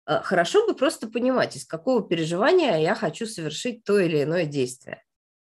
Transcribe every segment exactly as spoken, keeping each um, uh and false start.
Хорошо бы просто понимать, из какого переживания я хочу совершить то или иное действие.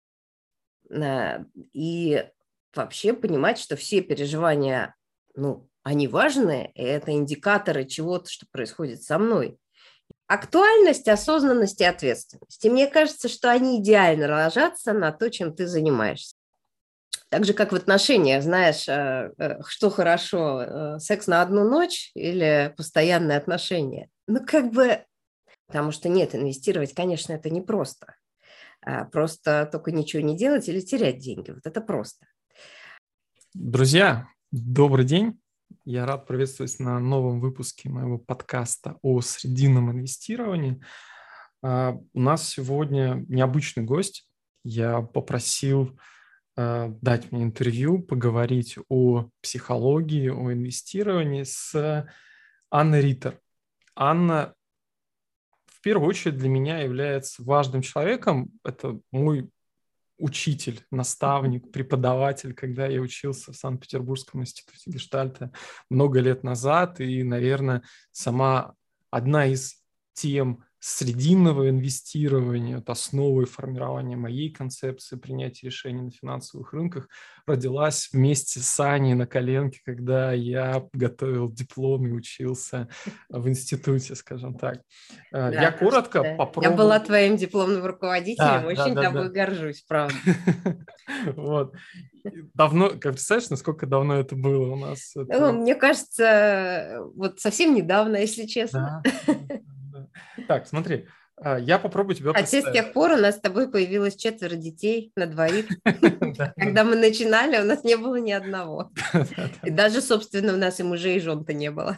И вообще понимать, что все переживания, ну, они важны, и это индикаторы чего-то, что происходит со мной. Актуальность, осознанность и ответственность. И мне кажется, что они идеально ложатся на то, чем ты занимаешься. Так же, как в отношениях, знаешь, что хорошо, секс на одну ночь или постоянные отношения. Ну, как бы, потому что нет, инвестировать, конечно, это непросто. Просто только ничего не делать или терять деньги. Вот это просто. Друзья, добрый день. Я рад приветствовать на новом выпуске моего подкаста о срединном инвестировании. У нас сегодня необычный гость. Я попросил дать мне интервью, поговорить о психологии, о инвестировании с Анной Риттер. Анна в первую очередь для меня является важным человеком. Это мой учитель, наставник, преподаватель, когда я учился в Санкт-Петербургском институте Гештальта много лет назад. И, наверное, сама одна из тем срединного инвестирования, вот основой формирования моей концепции принятия решений на финансовых рынках родилась вместе с Аней на коленке, когда я готовил диплом и учился в институте, скажем так. Да, я коротко да. попробую... Я была твоим дипломным руководителем, да, очень да, да, тобой да. горжусь, правда. Вот. Давно, как представляешь, насколько давно это было у нас? Ну, это... мне кажется, вот совсем недавно, если честно. Да, да, да. Так, смотри, я попробую тебя Хотя представить. с тех пор у нас с тобой появилось четверо детей на двоих. Когда мы начинали, у нас не было ни одного. И даже, собственно, у нас и мужей, и жен-то не было.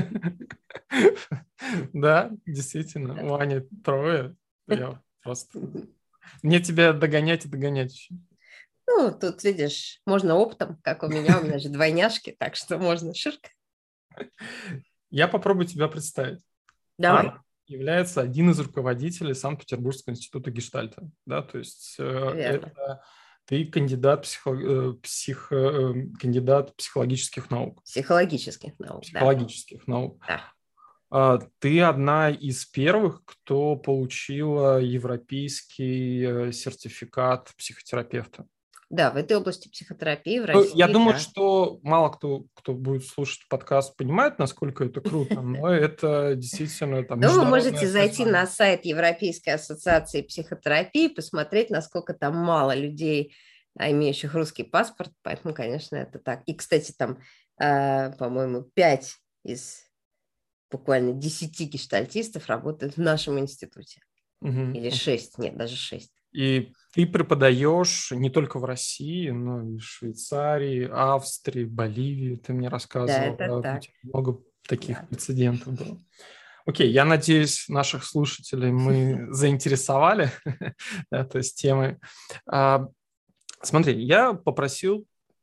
Да, действительно, у Ани трое. Я просто... Мне тебя догонять и догонять еще. Ну, тут, видишь, можно оптом, как у меня. У меня же двойняшки, так что можно ширко. Я попробую тебя представить. Давай. Анна является один из руководителей Санкт-Петербургского института Гештальта. Да, то есть Верно. это ты кандидат, психо, псих, кандидат психологических наук. Психологических наук, Психологических да. наук. Да. Ты одна из первых, кто получила европейский сертификат психотерапевта. Да, в этой области психотерапии в Ну, России. я думаю, да. что мало кто, кто будет слушать подкаст, понимает, насколько это круто, но это действительно там Ну, вы международное можете зайти признание. на сайт Европейской ассоциации психотерапии, посмотреть, насколько там мало людей, имеющих русский паспорт, поэтому, конечно, это так. И, кстати, там, по-моему, пять из буквально десяти гештальтистов работают в нашем институте. Угу. Или шесть, нет, даже шесть. И ты преподаешь не только в России, но и в Швейцарии, Австрии, Боливии. Ты мне рассказывал, Да, это так. много таких Да. прецедентов было. Окей, я надеюсь, наших слушателей мы заинтересовали, то есть темой. Смотри, я попросил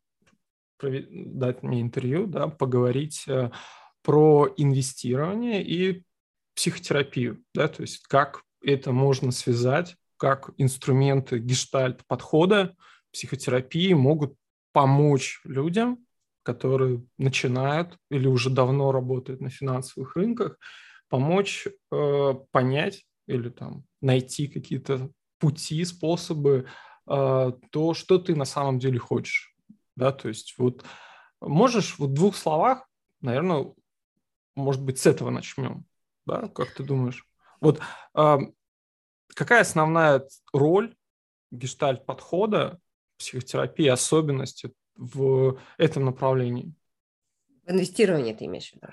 дать мне интервью, да, поговорить про инвестирование и психотерапию, да, то есть как это можно связать, как инструменты гештальт-подхода психотерапии могут помочь людям, которые начинают или уже давно работают на финансовых рынках, помочь э, понять или там найти какие-то пути, способы, э, то, что ты на самом деле хочешь. Да, то есть вот можешь в двух словах, наверное, может быть, с этого начнем. Да, как ты думаешь? Вот э, какая основная роль гештальт-подхода, психотерапии, особенности в этом направлении? В инвестировании ты имеешь в виду?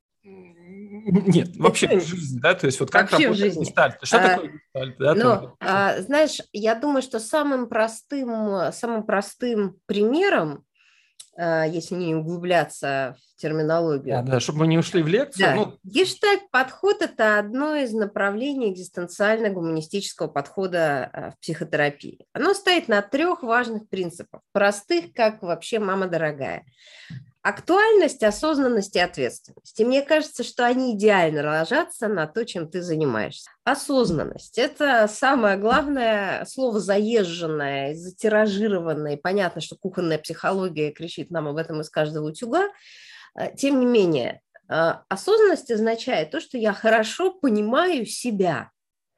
Нет, вообще в жизни, да, то есть вот как вообще работает гештальт? Что а, такое гештальт? Да, но, там, а, знаешь, я думаю, что самым простым, самым простым примером, если не углубляться в терминологию. Да, да, чтобы мы не ушли в лекцию. Да. Ну... Гештальт-подход – это одно из направлений экзистенциально-гуманистического подхода в психотерапии. Оно стоит на трех важных принципах, простых, как вообще мама дорогая. Актуальность, осознанность и ответственность. И мне кажется, что они идеально ложатся на то, чем ты занимаешься. Осознанность – это самое главное слово заезженное, затиражированное. Понятно, что кухонная психология кричит нам об этом из каждого утюга. Тем не менее, Осознанность означает то, что я хорошо понимаю себя,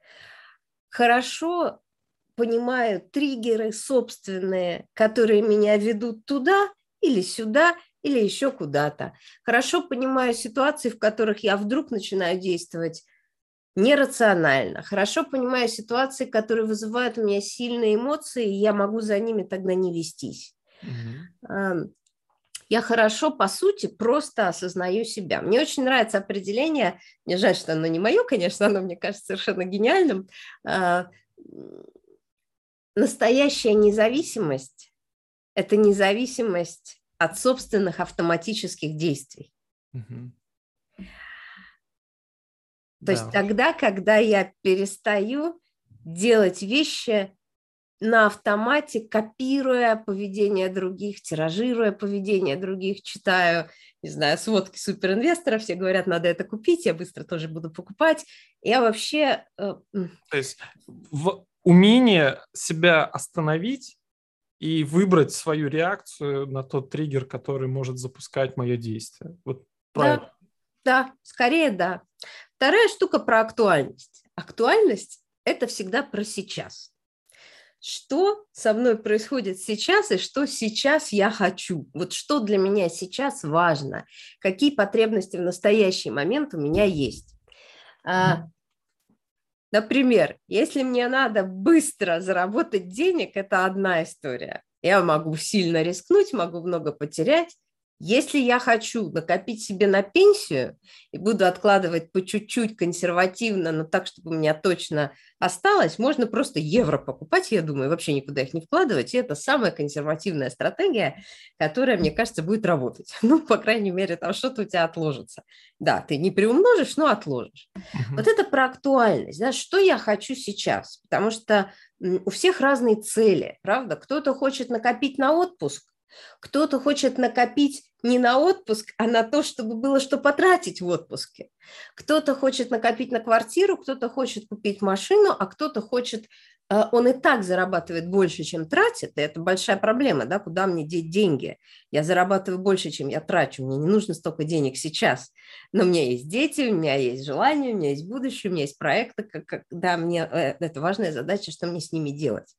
хорошо понимаю триггеры собственные, которые меня ведут туда или сюда, или еще куда-то. Хорошо понимаю ситуации, в которых я вдруг начинаю действовать нерационально. Хорошо понимаю ситуации, которые вызывают у меня сильные эмоции, и я могу за ними тогда не вестись. Mm-hmm. Я хорошо, по сути, просто осознаю себя. Мне очень нравится определение, мне жаль, что оно не мое, конечно, оно мне кажется совершенно гениальным. Настоящая независимость – это независимость от собственных автоматических действий. Mm-hmm. То да. есть тогда, когда я перестаю делать вещи на автомате, копируя поведение других, тиражируя поведение других, читаю, не знаю, сводки суперинвесторов, все говорят, надо это купить, я быстро тоже буду покупать. Я вообще… То есть в умение себя остановить и выбрать свою реакцию на тот триггер, который может запускать мое действие. Вот правильно. Да, да, скорее да. Вторая штука про актуальность. Актуальность – это всегда про сейчас. Что со мной происходит сейчас и что сейчас я хочу? Вот что для меня сейчас важно? Какие потребности в настоящий момент у меня есть? Например, если мне надо быстро заработать денег, это одна история. Я могу сильно рискнуть, могу много потерять. Если я хочу накопить себе на пенсию и буду откладывать по чуть-чуть консервативно, но так, чтобы у меня точно осталось, можно просто евро покупать, я думаю, вообще никуда их не вкладывать. И это самая консервативная стратегия, которая, мне кажется, будет работать. Ну, по крайней мере, там что-то у тебя отложится. Да, ты не приумножишь, но отложишь. Uh-huh. Вот это про актуальность. Да? Что я хочу сейчас? Потому что у всех разные цели, правда? Кто-то хочет накопить на отпуск, кто-то хочет накопить не на отпуск, а на то, чтобы было что потратить в отпуске. Кто-то хочет накопить на квартиру, кто-то хочет купить машину, а кто-то хочет… Он и так зарабатывает больше, чем тратит, и это большая проблема, да, куда мне деть деньги. Я зарабатываю больше, чем я трачу, мне не нужно столько денег сейчас, но у меня есть дети, у меня есть желания, у меня есть будущее, у меня есть проекты, когда мне… Это важная задача, что мне с ними делать.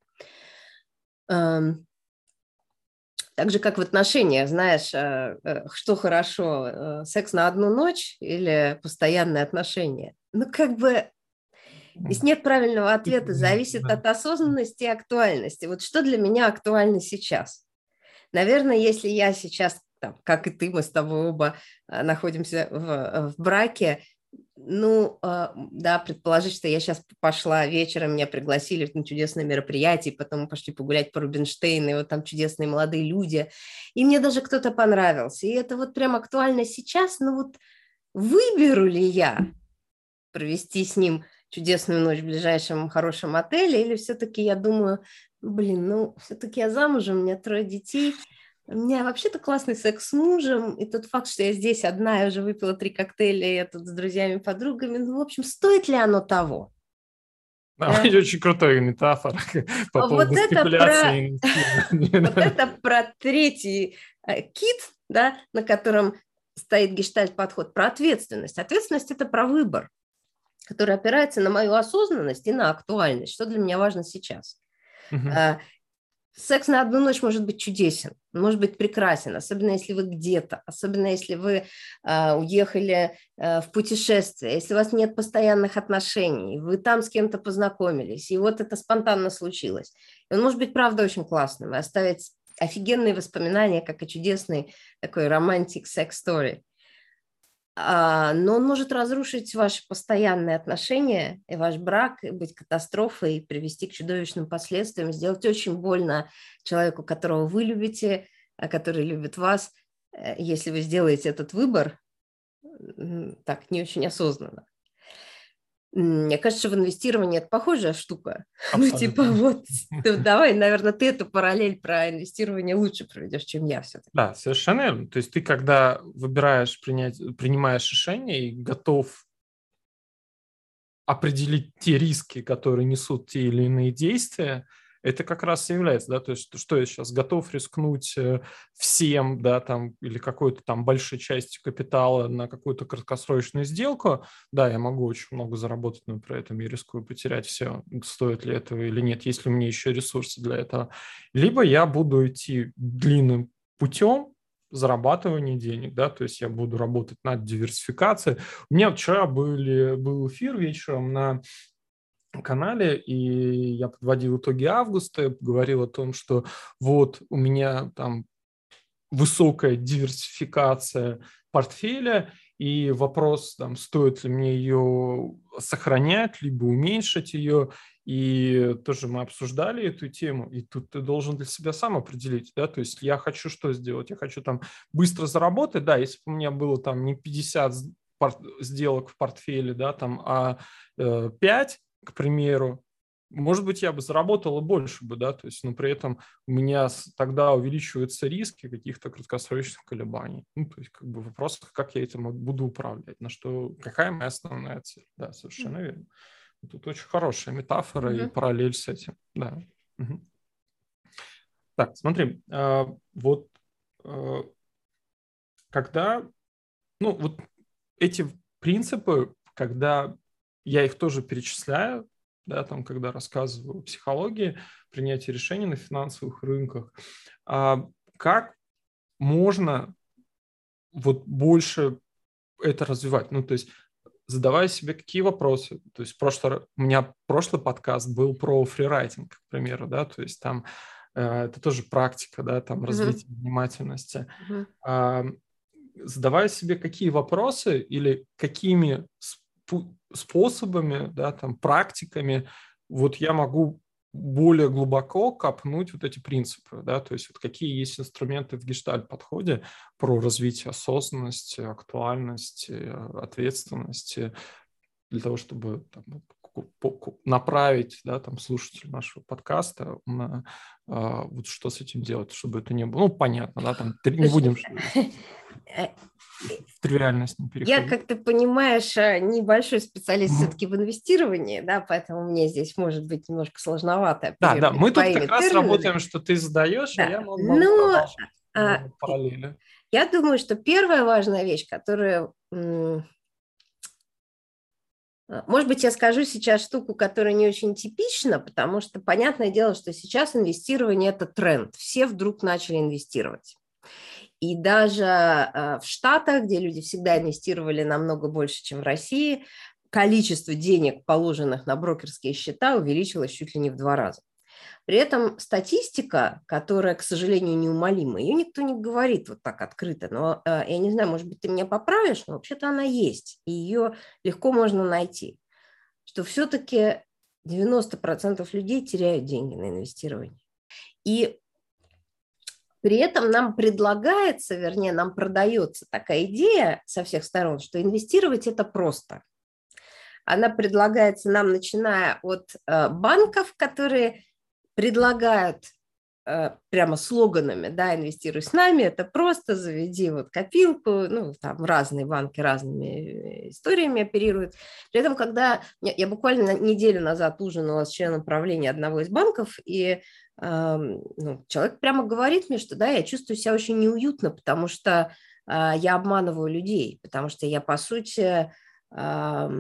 Так же, как в отношениях, знаешь, что хорошо, секс на одну ночь или постоянные отношения? Ну, как бы здесь нет правильного ответа, зависит от осознанности и актуальности. Вот что для меня актуально сейчас? Наверное, если я сейчас, там, как и ты, мы с тобой оба находимся в, в браке, ну, да, предположить, что я сейчас пошла вечером, меня пригласили на чудесное мероприятие, потом мы пошли погулять по Рубинштейну, и вот там чудесные молодые люди, и мне даже кто-то понравился, и это вот прям актуально сейчас, но вот выберу ли я провести с ним чудесную ночь в ближайшем хорошем отеле, или все-таки я думаю, блин, ну, все-таки я замужем, у меня трое детей, у меня вообще-то классный секс с мужем, и тот факт, что я здесь одна, я уже выпила три коктейля, я тут с друзьями, подругами, ну, в общем, стоит ли оно того? Да, да? Очень крутая метафора по а поводу вот спекуляции. Вот это про третий кит, да, на котором стоит гештальт-подход, про ответственность. Ответственность – это про выбор, который опирается на мою осознанность и на актуальность, что для меня важно сейчас. Секс на одну ночь может быть чудесен, может быть прекрасен, особенно если вы где-то, особенно если вы э, уехали э, в путешествие, если у вас нет постоянных отношений, вы там с кем-то познакомились, и вот это спонтанно случилось. И он может быть, правда, очень классным, и оставить офигенные воспоминания, как и чудесный такой романтик секс-стори. Но он может разрушить ваши постоянные отношения и ваш брак, и быть катастрофой, и привести к чудовищным последствиям, сделать очень больно человеку, которого вы любите, а который любит вас, если вы сделаете этот выбор так не очень осознанно. Мне кажется, в инвестировании это похожая штука. Абсолютно. Ну, типа, вот, давай, наверное, ты эту параллель про инвестирование лучше проведешь, чем я все-таки. Да, совершенно верно. То есть ты, когда выбираешь, принять, принимаешь решение и готов определить те риски, которые несут те или иные действия, это как раз и является, да, то есть что я сейчас готов рискнуть всем, да, там, или какой-то там большой частью капитала на какую-то краткосрочную сделку, да, я могу очень много заработать, но при этом я рискую потерять все, стоит ли этого или нет, есть ли у меня еще ресурсы для этого. Либо я буду идти длинным путем зарабатывания денег, да, то есть я буду работать над диверсификацией. У меня вчера были, был эфир вечером на канале, и я подводил итоги августа, говорил о том, что вот у меня там высокая диверсификация портфеля, и вопрос, там, стоит ли мне ее сохранять, либо уменьшить ее, и тоже мы обсуждали эту тему, и тут ты должен для себя сам определить, да, то есть я хочу что сделать, я хочу там быстро заработать, да, если бы у меня было там не пятьдесят сделок в портфеле, да, там, а пять, к примеру, может быть, я бы заработал и больше бы, да, то есть, но при этом у меня тогда увеличиваются риски каких-то краткосрочных колебаний. Ну, то есть, как бы вопрос, как я этим буду управлять, на что, какая моя основная цель. Да, совершенно верно. Тут очень хорошая метафора mm-hmm. и параллель с этим, да. Угу. Так, смотри, вот когда, ну, вот эти принципы, когда я их тоже перечисляю, да, там, когда рассказываю о психологии, принятии решений на финансовых рынках, а как можно вот больше это развивать? Ну, то есть задавая себе какие вопросы. То есть прошлый, у меня прошлый подкаст был про фрирайтинг, к примеру, да, то есть там э, это тоже практика, да, там развитие uh-huh. внимательности. Uh-huh. А, задавая себе какие вопросы или какими способами, да, там, практиками, вот я могу более глубоко копнуть вот эти принципы, да, то есть вот какие есть инструменты в гештальт-подходе про развитие осознанности, актуальности, ответственности для того, чтобы там, направить, да, там, слушателя нашего подкаста на а, вот что с этим делать, чтобы это не было, ну, понятно, да, там, не будем в тривиальность не переходить. Я, как ты понимаешь, небольшой специалист mm-hmm. все-таки в инвестировании, да, поэтому мне здесь может быть немножко сложновато. Да, да, мы тут как раз работаем, что ты задаешь, да. а я могу Но, продолжить а, параллели. Я думаю, что первая важная вещь, которая... Может быть, я скажу сейчас штуку, которая не очень типична, потому что понятное дело, что сейчас инвестирование – это тренд. Все вдруг начали инвестировать. И даже в Штатах, где люди всегда инвестировали намного больше, чем в России, количество денег, положенных на брокерские счета, увеличилось чуть ли не в два раза. При этом статистика, которая, к сожалению, неумолима, ее никто не говорит вот так открыто. Но я не знаю, может быть, ты меня поправишь, но вообще-то она есть, и ее легко можно найти. Что все-таки девяносто процентов людей теряют деньги на инвестирование. И при этом нам предлагается, вернее, нам продается такая идея со всех сторон, что инвестировать – это просто. Она предлагается нам, начиная от э, банков, которые предлагают э, прямо слоганами, да, инвестируй с нами, это просто, заведи вот копилку, ну, там разные банки разными историями оперируют. При этом, когда я, я буквально неделю назад ужинала с членом правления одного из банков, и ну, человек прямо говорит мне, что да, я чувствую себя очень неуютно, потому что э, я обманываю людей, потому что я, по сути, э, да,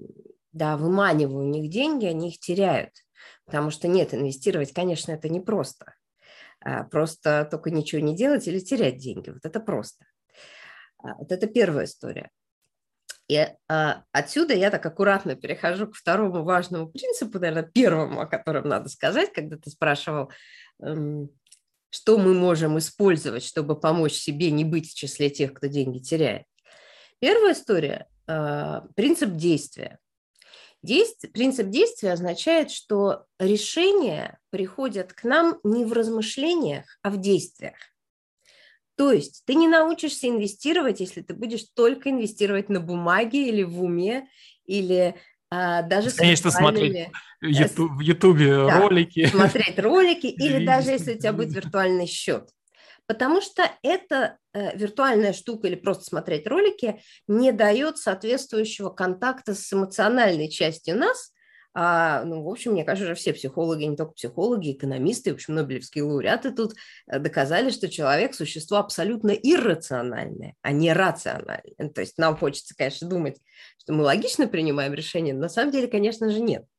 выманиваю у них деньги, они их теряют. Потому что нет, инвестировать, конечно, это непросто. А просто только ничего не делать или терять деньги. Вот это просто. Вот это первая история. И а, отсюда я так аккуратно перехожу к второму важному принципу, наверное, первому, о котором надо сказать, когда ты спрашивал, эм, что мы можем использовать, чтобы помочь себе не быть в числе тех, кто деньги теряет. Первая история э, – принцип действия. Действие, принцип действия означает, что решения приходят к нам не в размышлениях, а в действиях. То есть ты не научишься инвестировать, если ты будешь только инвестировать на бумаге или в уме, или а, даже Конечно, с виртуальными... смотреть в Ютубе да, ролики. Смотреть ролики, или даже если у тебя будет виртуальный счет. Потому что эта э, виртуальная штука или просто смотреть ролики не дает соответствующего контакта с эмоциональной частью нас, А, ну, в общем, мне кажется, все психологи, не только психологи, экономисты, в общем, нобелевские лауреаты тут доказали, что человек – существо абсолютно иррациональное, а не рациональное. То есть нам хочется, конечно, думать, что мы логично принимаем решения, но на самом деле, конечно же, нет.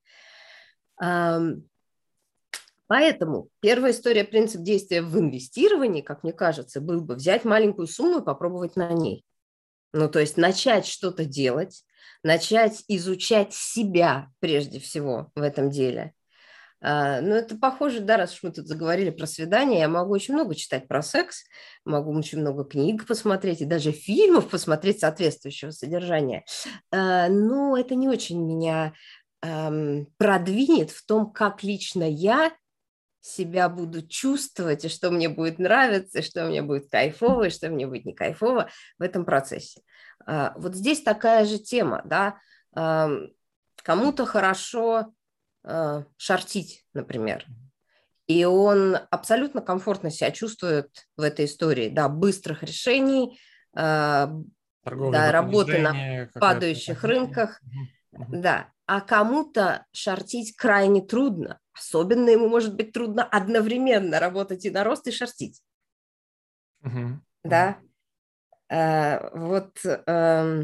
Поэтому первая история, принцип действия в инвестировании, как мне кажется, был бы взять маленькую сумму и попробовать на ней. Ну, то есть начать что-то делать, начать изучать себя прежде всего в этом деле. А, ну, это похоже, да, раз уж мы тут заговорили про свидания, я могу очень много читать про секс, могу очень много книг посмотреть и даже фильмов посмотреть соответствующего содержания. А, но это не очень меня эм, продвинет в том, как лично я себя буду чувствовать, и что мне будет нравиться, и что мне будет кайфово, и что мне будет не кайфово в этом процессе. Вот здесь такая же тема, да, кому-то хорошо шортить, например, и он абсолютно комфортно себя чувствует в этой истории, да, быстрых решений, Торговля да, работы на падающих рынках, Угу. да, а кому-то шортить крайне трудно. Особенно ему может быть трудно одновременно работать и на рост, и шортить. Угу. Да. А, вот а,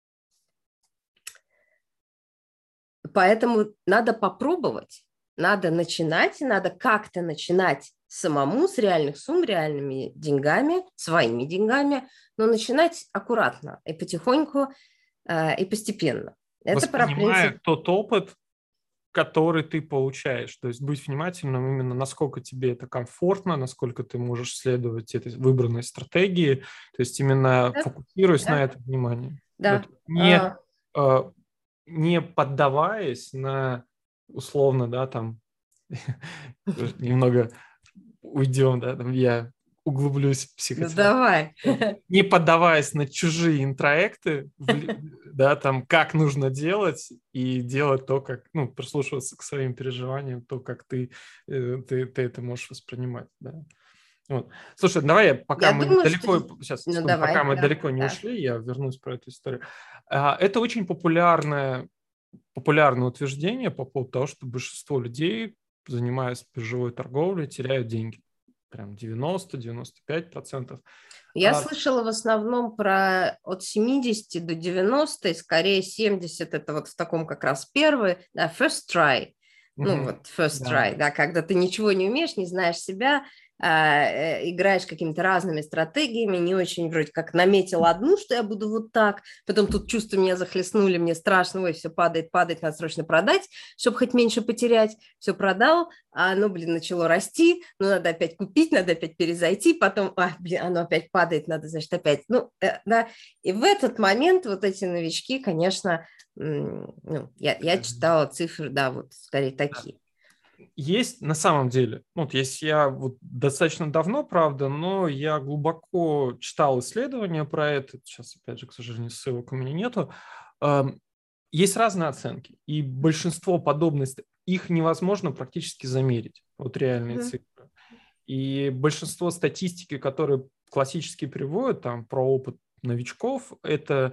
поэтому надо попробовать, надо начинать, надо как-то начинать самому с реальных сумм, реальными деньгами, своими деньгами, но начинать аккуратно и потихоньку, а, и постепенно. Это про принцип... тот опыт, который ты получаешь. То есть быть внимательным именно, насколько тебе это комфортно, насколько ты можешь следовать этой выбранной стратегии. То есть именно Да, фокусируясь да, на это внимание. да. Не, а... не поддаваясь на, условно, да, там, немного уйдем, да, там я углублюсь в психотерапию. Ну, давай. Не поддаваясь на чужие интроекты, да, там, как нужно делать, и делать то, как, ну, прислушиваться к своим переживаниям, то, как ты, ты, ты это можешь воспринимать, да. Вот. Слушай, давай я, пока Я мы думаю, далеко, что... сейчас, ну, секунду, давай, пока мы да, далеко не да. ушли, я вернусь про эту историю. Это очень популярное, популярное утверждение по поводу того, что большинство людей, занимаясь биржевой торговлей, теряют деньги. Прям девяносто - девяносто пять процентов. Я а... слышала в основном про от семидесяти до девяноста, и скорее семьдесят это вот в таком как раз первый, да, first try, угу. Ну вот first да. try, да, когда ты ничего не умеешь, не знаешь себя, а, играешь какими-то разными стратегиями, не очень вроде как наметил одну, что я буду вот так, потом тут чувства меня захлестнули, мне страшно, ой, все падает, падает, надо срочно продать, чтобы хоть меньше потерять, все продал, а оно, блин, начало расти, ну, надо опять купить, надо опять перезайти, потом, а, блин, оно опять падает, надо, значит, опять, ну, э, да, и в этот момент вот эти новички, конечно, ну, я, я читала цифры, да, вот скорее такие. Есть на самом деле, вот если я вот достаточно давно, правда, но я глубоко читал исследования про это, сейчас, опять же, к сожалению, ссылок у меня нету, есть разные оценки, и большинство подобных, их невозможно практически замерить, вот реальные mm-hmm. цифры. И большинство статистики, которые классически приводят там про опыт новичков, это...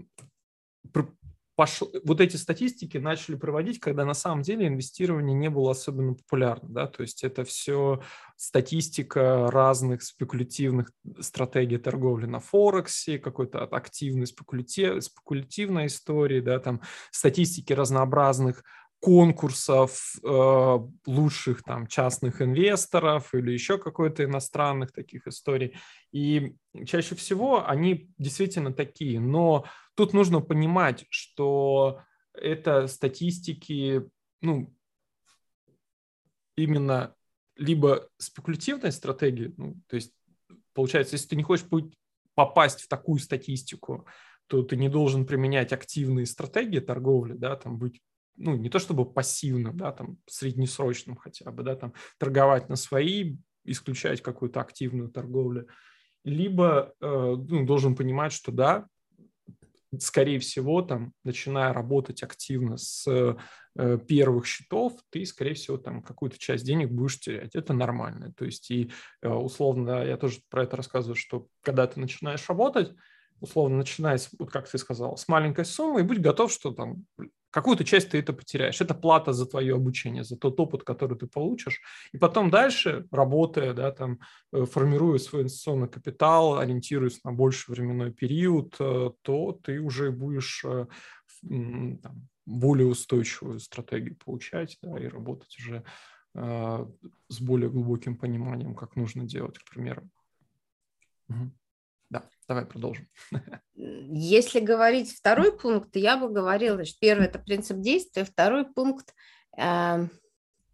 Пошло, вот эти статистики начали проводить, когда на самом деле инвестирование не было особенно популярно, да, то есть это все статистика разных спекулятивных стратегий торговли на Форексе, какой-то активной спекулятив, спекулятивной истории, да, там статистики разнообразных конкурсов э, лучших там частных инвесторов или еще какой-то иностранных таких историй. И чаще всего они действительно такие, но тут нужно понимать, что это статистики, ну, именно либо спекулятивной стратегии, ну, то есть получается, если ты не хочешь попасть в такую статистику, то ты не должен применять активные стратегии торговли, да, там быть, ну, не то чтобы пассивным, да, там среднесрочным хотя бы, да, там торговать на свои, исключать какую-то активную торговлю, либо э, ну, должен понимать, что да, скорее всего, там, начиная работать активно с э, первых счетов, ты, скорее всего, там какую-то часть денег будешь терять. Это нормально. То есть, и э, условно, я тоже про это рассказываю, что когда ты начинаешь работать, условно, начиная, с, вот как ты сказал, с маленькой суммы, и будь готов, что там какую-то часть ты это потеряешь. Это плата за твое обучение, за тот опыт, который ты получишь. И потом дальше, работая, да, там, формируя свой инвестиционный капитал, ориентируясь на больший временной период, то ты уже будешь там, более устойчивую стратегию получать, да, и работать уже э, с более глубоким пониманием, как нужно делать, к примеру. Угу. Да, давай продолжим. Если говорить второй пункт, я бы говорила, что первый – это принцип действия, второй пункт э, –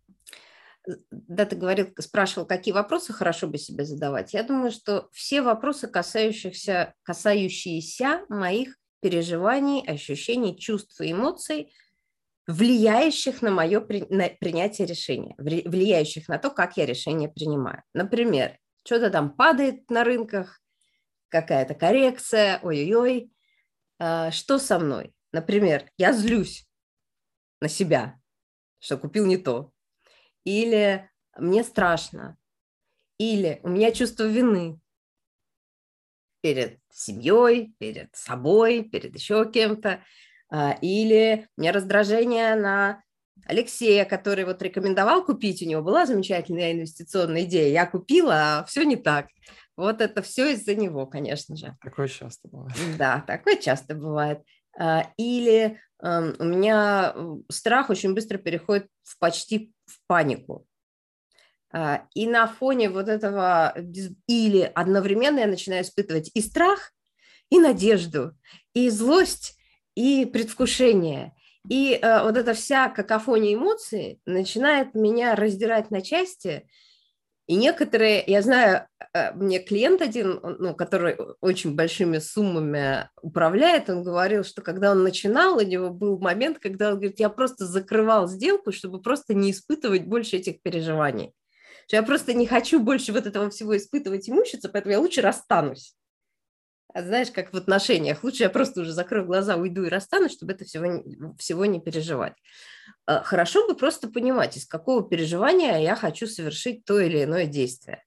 да, ты говорил, спрашивал, какие вопросы хорошо бы себе задавать. Я думаю, что все вопросы, касающихся, касающиеся моих переживаний, ощущений, чувств и эмоций, влияющих на мое при, на принятие решения, влияющих на то, как я решение принимаю. Например, что-то там падает на рынках, какая-то коррекция, ой-ой-ой, а, что со мной? Например, я злюсь на себя, что купил не то. Или мне страшно, или у меня чувство вины перед семьей, перед собой, перед еще кем-то, или у меня раздражение на Алексея, который вот рекомендовал купить, у него была замечательная инвестиционная идея, я купила, а все не так. Вот это все из-за него, конечно же. Такое часто бывает. Да, такое часто бывает. Или у меня страх очень быстро переходит в почти в панику. И на фоне вот этого или одновременно я начинаю испытывать и страх, и надежду, и злость, и предвкушение. И вот эта вся какофония эмоций начинает меня раздирать на части. И некоторые, я знаю, мне клиент один, ну, который очень большими суммами управляет, он говорил, что когда он начинал, у него был момент, когда он говорит, я просто закрывал сделку, чтобы просто не испытывать больше этих переживаний. Что я просто не хочу больше вот этого всего испытывать и мучиться, поэтому я лучше расстанусь. А знаешь, как в отношениях, лучше я просто уже закрою глаза, уйду и расстанусь, чтобы это всего, всего не переживать. Хорошо бы просто понимать, из какого переживания я хочу совершить то или иное действие.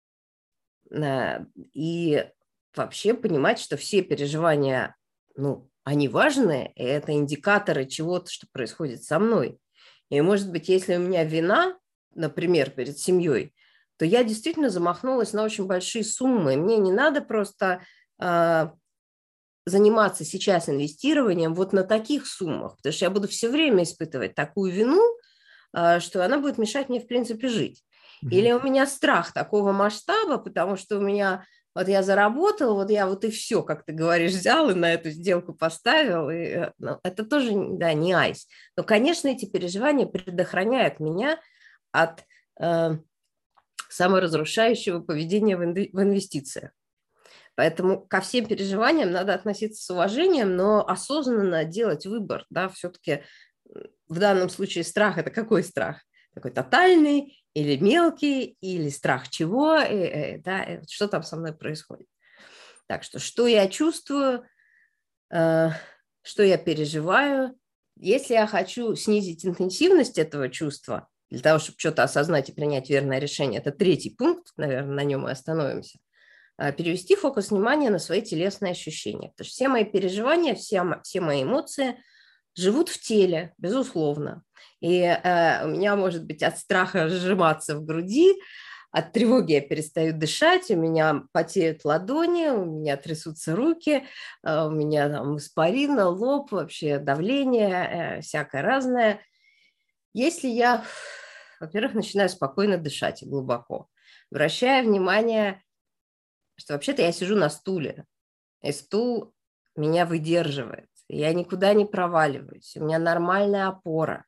И вообще понимать, что все переживания, ну, они важны, и это индикаторы чего-то, что происходит со мной. И, может быть, если у меня вина, например, перед семьей, то я действительно замахнулась на очень большие суммы. Мне не надо просто э, заниматься сейчас инвестированием вот на таких суммах, потому что я буду все время испытывать такую вину, э, что она будет мешать мне, в принципе, жить. Mm-hmm. Или у меня страх такого масштаба, потому что у меня, вот я заработал, вот я вот и все, как ты говоришь, взял и на эту сделку поставил. И, ну, это тоже, да, не айс. Но, конечно, эти переживания предохраняют меня от э, саморазрушающего поведения в, инв- в инвестициях. Поэтому ко всем переживаниям надо относиться с уважением, но осознанно делать выбор. Да? Все-таки в данном случае страх – это какой страх? Такой тотальный или мелкий, или страх чего? И, да, что там со мной происходит? Так что, что я чувствую, э, что я переживаю. Если я хочу снизить интенсивность этого чувства, для того, чтобы что-то осознать и принять верное решение, это третий пункт, наверное, на нем мы остановимся, перевести фокус внимания на свои телесные ощущения. Потому что все мои переживания, все, все мои эмоции живут в теле, безусловно. И э, у меня может быть от страха сжиматься в груди, от тревоги я перестаю дышать, у меня потеют ладони, у меня трясутся руки, э, у меня там испарина, лоб, вообще давление, э, всякое разное. Если я, во-первых, начинаю спокойно дышать и глубоко, обращая внимание, что вообще-то я сижу на стуле, и стул меня выдерживает, я никуда не проваливаюсь, у меня нормальная опора,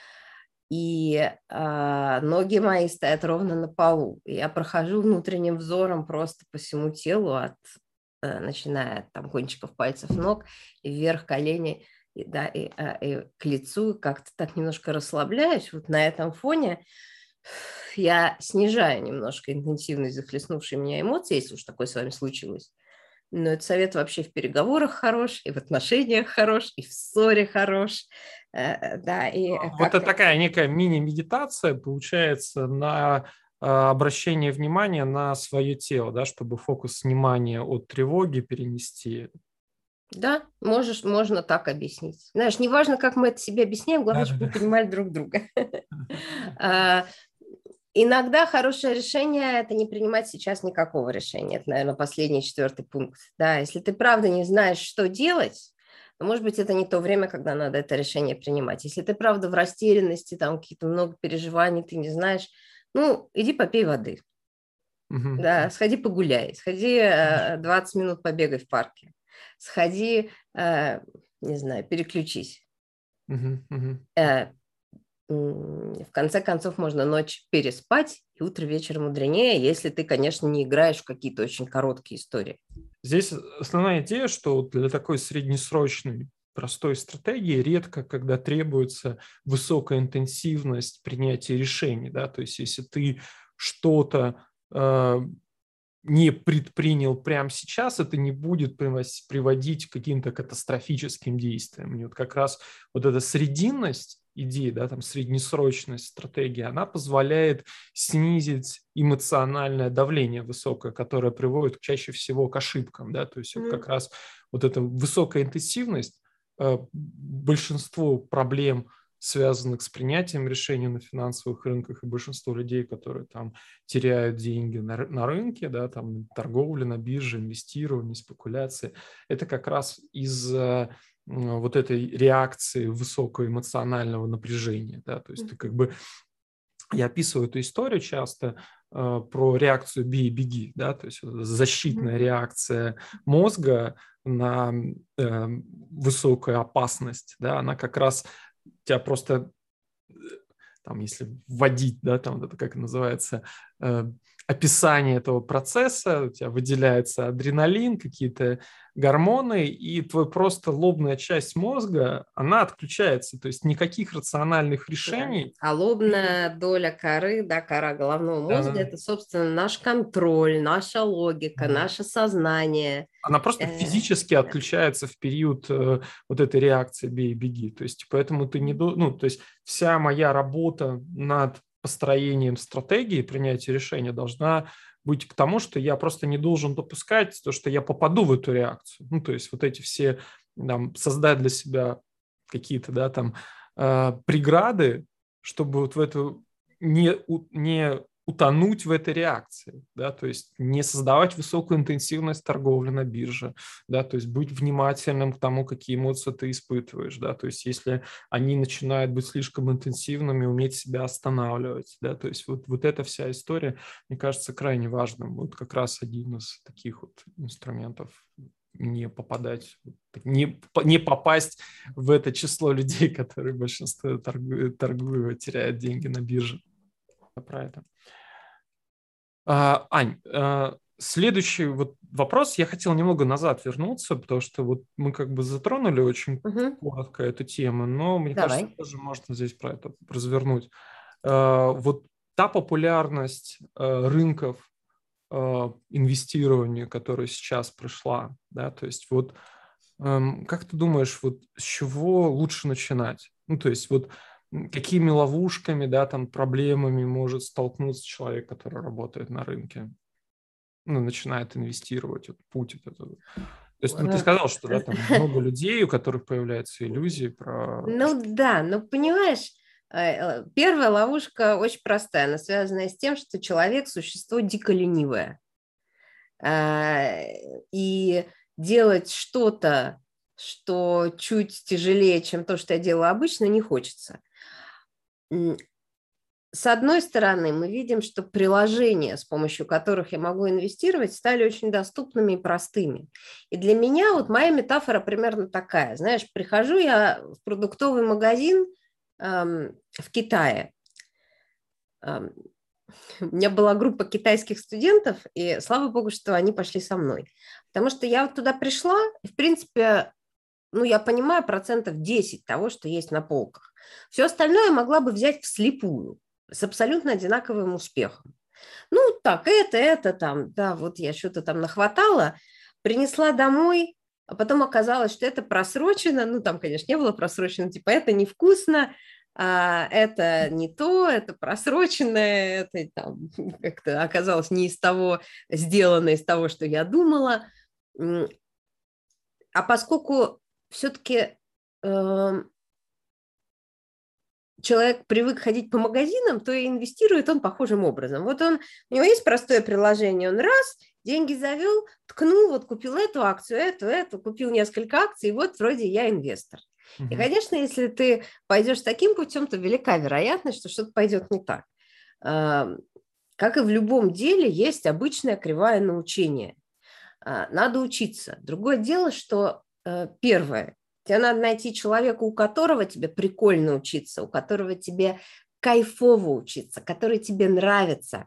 и э, ноги мои стоят ровно на полу, и я прохожу внутренним взором просто по всему телу, от, э, начиная от там, кончиков пальцев ног и вверх коленей, и, да, и, э, и к лицу, как-то так немножко расслабляюсь, вот на этом фоне я снижаю немножко интенсивность захлестнувшей меня эмоций, если уж такое с вами случилось. Но этот совет вообще в переговорах хорош, и в отношениях хорош, и в ссоре хорош. Да, и вот это такая некая мини-медитация, получается, на обращение внимания на свое тело, да, чтобы фокус внимания от тревоги перенести Да, можешь, можно так объяснить. Знаешь, неважно, как мы это себе объясняем, главное, чтобы мы Да-да-да. понимали друг друга. А, Иногда хорошее решение – это не принимать сейчас никакого решения. Это, наверное, последний, четвертый пункт. Да, если ты правда не знаешь, что делать, то, может быть, это не то время, когда надо это решение принимать. Если ты правда в растерянности, там какие-то много переживаний, ты не знаешь, ну, иди попей воды. Мгм. Да, сходи погуляй, сходи э, двадцать минут побегай в парке, сходи, э, не знаю, переключись. Мгм. Мгм. Э, м, В конце концов, можно ночь переспать, и утро вечер мудренее, если ты, конечно, не играешь в какие-то очень короткие истории. Здесь основная идея, что вот для такой среднесрочной простой стратегии редко, когда требуется высокая интенсивность принятия решений, да, то есть если ты что-то э, не предпринял прямо сейчас, это не будет приводить к каким-то катастрофическим действиям. И вот как раз вот эта срединность идеи, да, там среднесрочность стратегии, она позволяет снизить эмоциональное давление высокое, которое приводит чаще всего к ошибкам, да, то есть вот как раз вот эта высокая интенсивность, э, большинство проблем, связанных с принятием решений на финансовых рынках, и большинство людей, которые там теряют деньги на, на рынке, да, там торговля на бирже, инвестирование, спекуляции, это как раз из-за вот этой реакции высокоэмоционального напряжения, да, то есть ты как бы, я описываю эту историю часто э, про реакцию «бей и беги», да, то есть защитная реакция мозга на э, высокую опасность, да, она как раз тебя просто, там, если вводить, да, там вот это как называется, э, описание этого процесса, у тебя выделяется адреналин, какие-то гормоны, и твой просто лобная часть мозга, она отключается, то есть никаких рациональных Да. решений. А лобная доля коры, да, кора головного мозга – Да, это, собственно, наш контроль, наша логика, да. наше сознание. Она просто Э, физически отключается в период э, вот этой реакции «бей и беги». То есть поэтому ты не... до- Ну, то есть вся моя работа над построением стратегии принятия решения должна быть к тому, что я просто не должен допускать то, что я попаду в эту реакцию. Ну, то есть вот эти все, там, создать для себя какие-то, да, там, э, преграды, чтобы вот в эту не, у- не утонуть в этой реакции, да, то есть не создавать высокую интенсивность торговли на бирже, да, то есть быть внимательным к тому, какие эмоции ты испытываешь, да, то есть если они начинают быть слишком интенсивными, уметь себя останавливать, да, то есть вот, вот эта вся история, мне кажется, крайне важным, вот как раз один из таких вот инструментов не попадать, не, не попасть в это число людей, которые большинство торгуют, торгуют теряют деньги на бирже. Про это. А, Ань, а, следующий вот вопрос. Я хотел немного назад вернуться, потому что вот мы как бы затронули очень Мгм. коротко эту тему, но мне кажется, Давай. тоже можно здесь про это развернуть. А, Вот та популярность а, рынков а, инвестирования, которая сейчас пришла, да, то есть вот ам, как ты думаешь, вот с чего лучше начинать? Ну, то есть вот м, какими ловушками, да, там проблемами может столкнуться человек, который работает на рынке, ну, начинает инвестировать, вот путь этот. То есть, ну, ты Э, сказал, что, да, там много людей, у которых появляются иллюзии про... Ну да, ну понимаешь, э, э, первая ловушка очень простая, она связана с тем, что человек – существо дико ленивое. А, И делать что-то, что чуть тяжелее, чем то, что я делаю обычно, не хочется. М, С одной стороны, мы видим, что приложения, с помощью которых я могу инвестировать, стали очень доступными и простыми. И для меня вот моя метафора примерно такая. Знаешь, прихожу я в продуктовый магазин эм, в Китае. Эм, у меня была группа китайских студентов, и слава богу, что они пошли со мной. Потому что я вот туда пришла, и, в принципе, ну, я понимаю процентов десять того, что есть на полках. Все остальное я могла бы взять вслепую, с абсолютно одинаковым успехом. Ну, так, это, это там, да, вот я что-то там нахватала, принесла домой, а потом оказалось, что это просрочено, ну, там, конечно, не было просрочено, типа, это невкусно, а это не то, это просроченное, это там как-то оказалось не из того, сделано из того, что я думала. а поскольку все-таки э, человек привык ходить по магазинам, то и инвестирует он похожим образом. Вот он, у него есть простое приложение, он раз, деньги завел, ткнул, вот купил эту акцию, эту, эту, купил несколько акций, и вот вроде я инвестор. Uh-huh. И, конечно, если ты пойдешь таким путем, то велика вероятность, что что-то пойдет не так. Как и в любом деле, есть обычная кривая научения. Надо учиться. Другое дело, что первое, тебе надо найти человека, у которого тебе прикольно учиться, у которого тебе кайфово учиться, который тебе нравится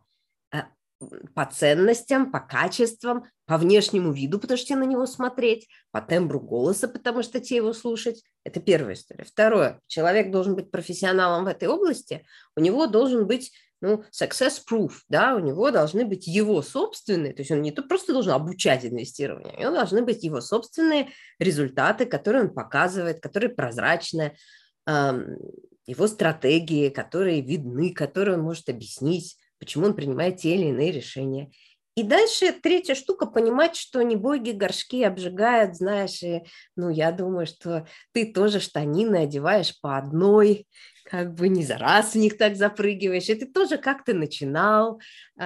по ценностям, по качествам, по внешнему виду, потому что тебе на него смотреть, по тембру голоса, потому что тебе его слушать. Это первая история. Второе. Человек должен быть профессионалом в этой области, у него должен быть ну, success proof, да, у него должны быть его собственные, то есть он не просто должен обучать инвестированию, у него должны быть его собственные результаты, которые он показывает, которые прозрачны, эм, его стратегии, которые видны, которые он может объяснить, почему он принимает те или иные решения. И дальше третья штука – понимать, что не боги горшки обжигают, знаешь, и, ну, я думаю, что ты тоже штанины одеваешь по одной, как бы не за раз в них так запрыгиваешь, и ты тоже как-то начинал,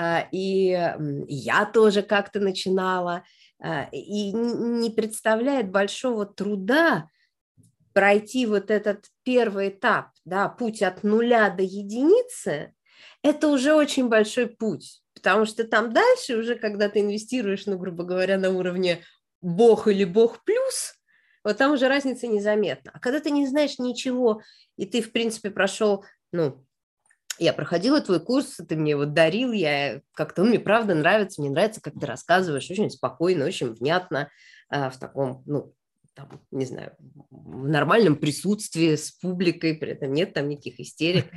и я тоже как-то начинала, и не представляет большого труда пройти вот этот первый этап, да, путь от нуля до единицы. Это уже очень большой путь, потому что там дальше уже, когда ты инвестируешь, ну, грубо говоря, на уровне бог или бог плюс, вот там уже разница незаметна. А когда ты не знаешь ничего, и ты, в принципе, прошел, ну, я проходила твой курс, ты мне его дарил, я как-то, он мне правда нравится, мне нравится, как ты рассказываешь, очень спокойно, очень внятно, в таком, ну, там, не знаю, в нормальном присутствии с публикой, при этом нет там никаких истерик.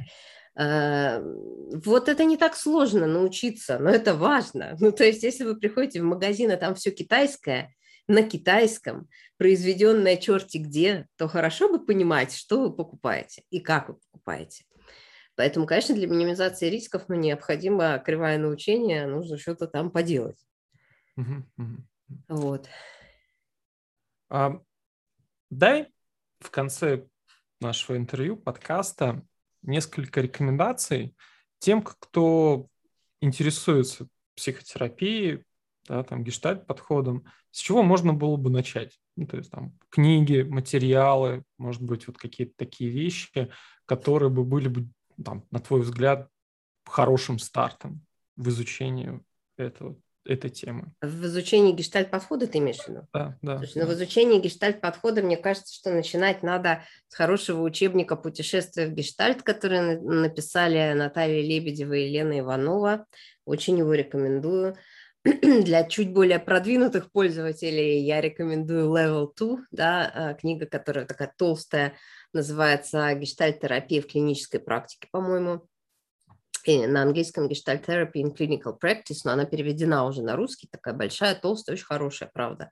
Вот это не так сложно научиться, но это важно. Ну, то есть, если вы приходите в магазин, а там все китайское, на китайском, произведенное черти где, то хорошо бы понимать, что вы покупаете и как вы покупаете. Поэтому, конечно, для минимизации рисков ну, необходимо кривое научение, нужно что-то там поделать. Uh-huh, uh-huh. Вот. А, дай в конце нашего интервью, подкаста, несколько рекомендаций тем, кто интересуется психотерапией, да, там, гештальт-подходом, с чего можно было бы начать? Ну, то есть там книги, материалы, может быть, вот какие-то такие вещи, которые бы были бы, там, на твой взгляд, хорошим стартом в изучении этого, этой темы. В изучении гештальт-подхода ты имеешь в виду? Да, да. Слушай, да. ну, в изучении гештальт-подхода, мне кажется, что начинать надо с хорошего учебника «Путешествие в гештальт», который написали Наталья Лебедева и Елена Иванова. Очень его рекомендую. Для чуть более продвинутых пользователей я рекомендую Level два, да, книга, которая такая толстая, называется «Гештальт-терапия в клинической практике», по-моему. И на английском Gestalt Therapy in Clinical Practice, но она переведена уже на русский, такая большая, толстая, очень хорошая, правда.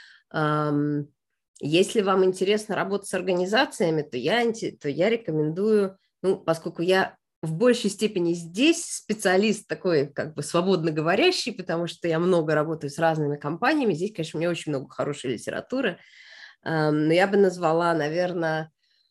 Если вам интересно работать с организациями, то я, то я рекомендую, ну, поскольку я в большей степени здесь специалист такой, как бы свободно говорящий, потому что я много работаю с разными компаниями, здесь, конечно, у меня очень много хорошей литературы, но я бы назвала, наверное,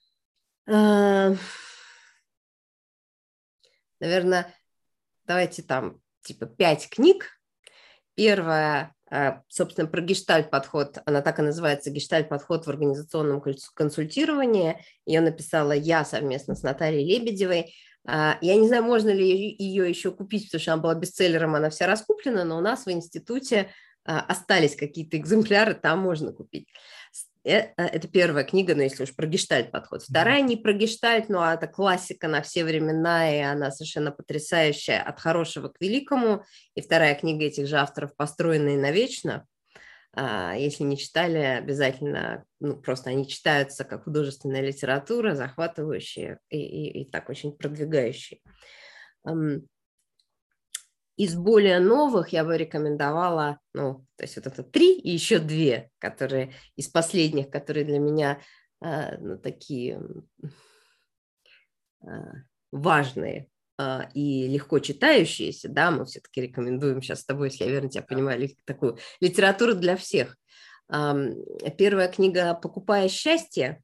наверное, давайте там типа пять книг. Первая, собственно, про гештальт-подход, она так и называется «Гештальт-подход в организационном консультировании». Ее написала я совместно с Натальей Лебедевой. Я не знаю, можно ли ее еще купить, потому что она была бестселлером, она вся раскуплена, но у нас в институте остались какие-то экземпляры, там можно купить. Это первая книга, но если уж про гештальт-подход. Вторая не про гештальт, но это классика на все времена, и она совершенно потрясающая, «От хорошего к великому». И вторая книга этих же авторов «Построенные навечно». Если не читали, обязательно, ну, просто они читаются как художественная литература, захватывающие и, и, и так очень продвигающие. Из более новых я бы рекомендовала, ну, то есть вот это три и еще две, которые из последних, которые для меня э, ну, такие э, важные э, и легко читающиеся, да, мы все-таки рекомендуем сейчас с тобой, если я верно тебя понимаю, такую литературу для всех. Первая книга «Покупая счастье»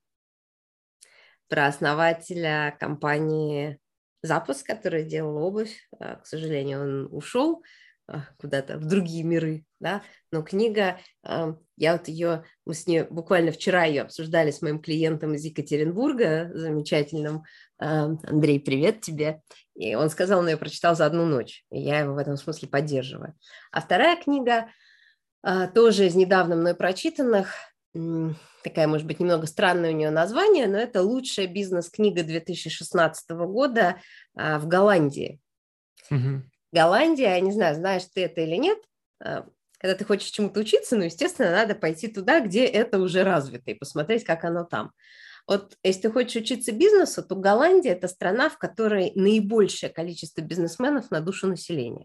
про основателя компании «Запуск», который делал обувь. К сожалению, он ушел куда-то в другие миры, да, но книга, я вот ее, мы с ней буквально вчера ее обсуждали с моим клиентом из Екатеринбурга, замечательным, Андрей, привет тебе, и он сказал, он ее прочитал за одну ночь, и я его в этом смысле поддерживаю. А вторая книга, тоже из недавно мной прочитанных, такая, может быть, немного странное у нее название, но это лучшая бизнес-книга две тысячи шестнадцатого года в Голландии. Mm-hmm. Голландия, я не знаю, знаешь ты это или нет, когда ты хочешь чему-то учиться, ну, естественно, надо пойти туда, где это уже развито, и посмотреть, как оно там. Вот если ты хочешь учиться бизнесу, то Голландия – это страна, в которой наибольшее количество бизнесменов на душу населения.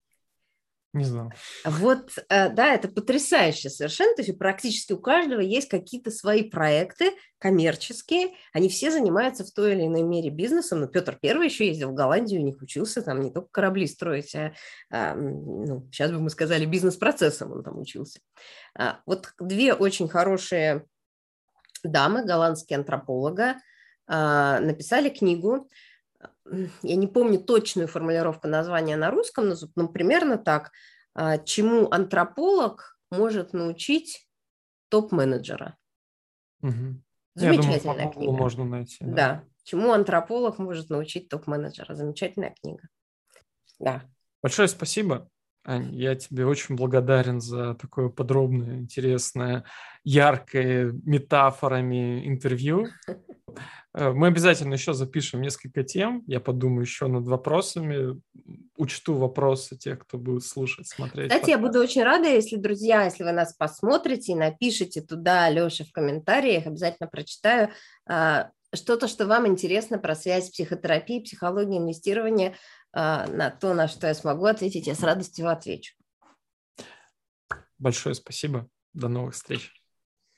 Не знаю. Вот, да, это потрясающе совершенно, то есть практически у каждого есть какие-то свои проекты коммерческие, они все занимаются в той или иной мере бизнесом, но Петр Первый еще ездил в Голландию, у них учился там не только корабли строить, а, а ну, сейчас бы мы сказали, бизнес-процессом он там учился. А, вот две очень хорошие дамы, голландские антрополога, а, написали книгу, я не помню точную формулировку названия на русском, но, но примерно так, чему антрополог может научить топ-менеджера. Угу. Замечательная Я думаю, книга. Можно найти. Да. да, чему антрополог может научить топ-менеджера. Замечательная книга. Да. Большое спасибо, Ань. Я тебе очень благодарен за такое подробное, интересное, яркое, метафорами интервью. Мы обязательно еще запишем несколько тем. Я подумаю еще над вопросами, учту вопросы тех, кто будет слушать, смотреть. Кстати, я буду очень рада, если, друзья, если вы нас посмотрите и напишите туда, Леша, в комментариях, обязательно прочитаю что-то, что вам интересно про связь психотерапии, психологии, инвестирования, на то, на что я смогу ответить, я с радостью отвечу. Большое спасибо. До новых встреч.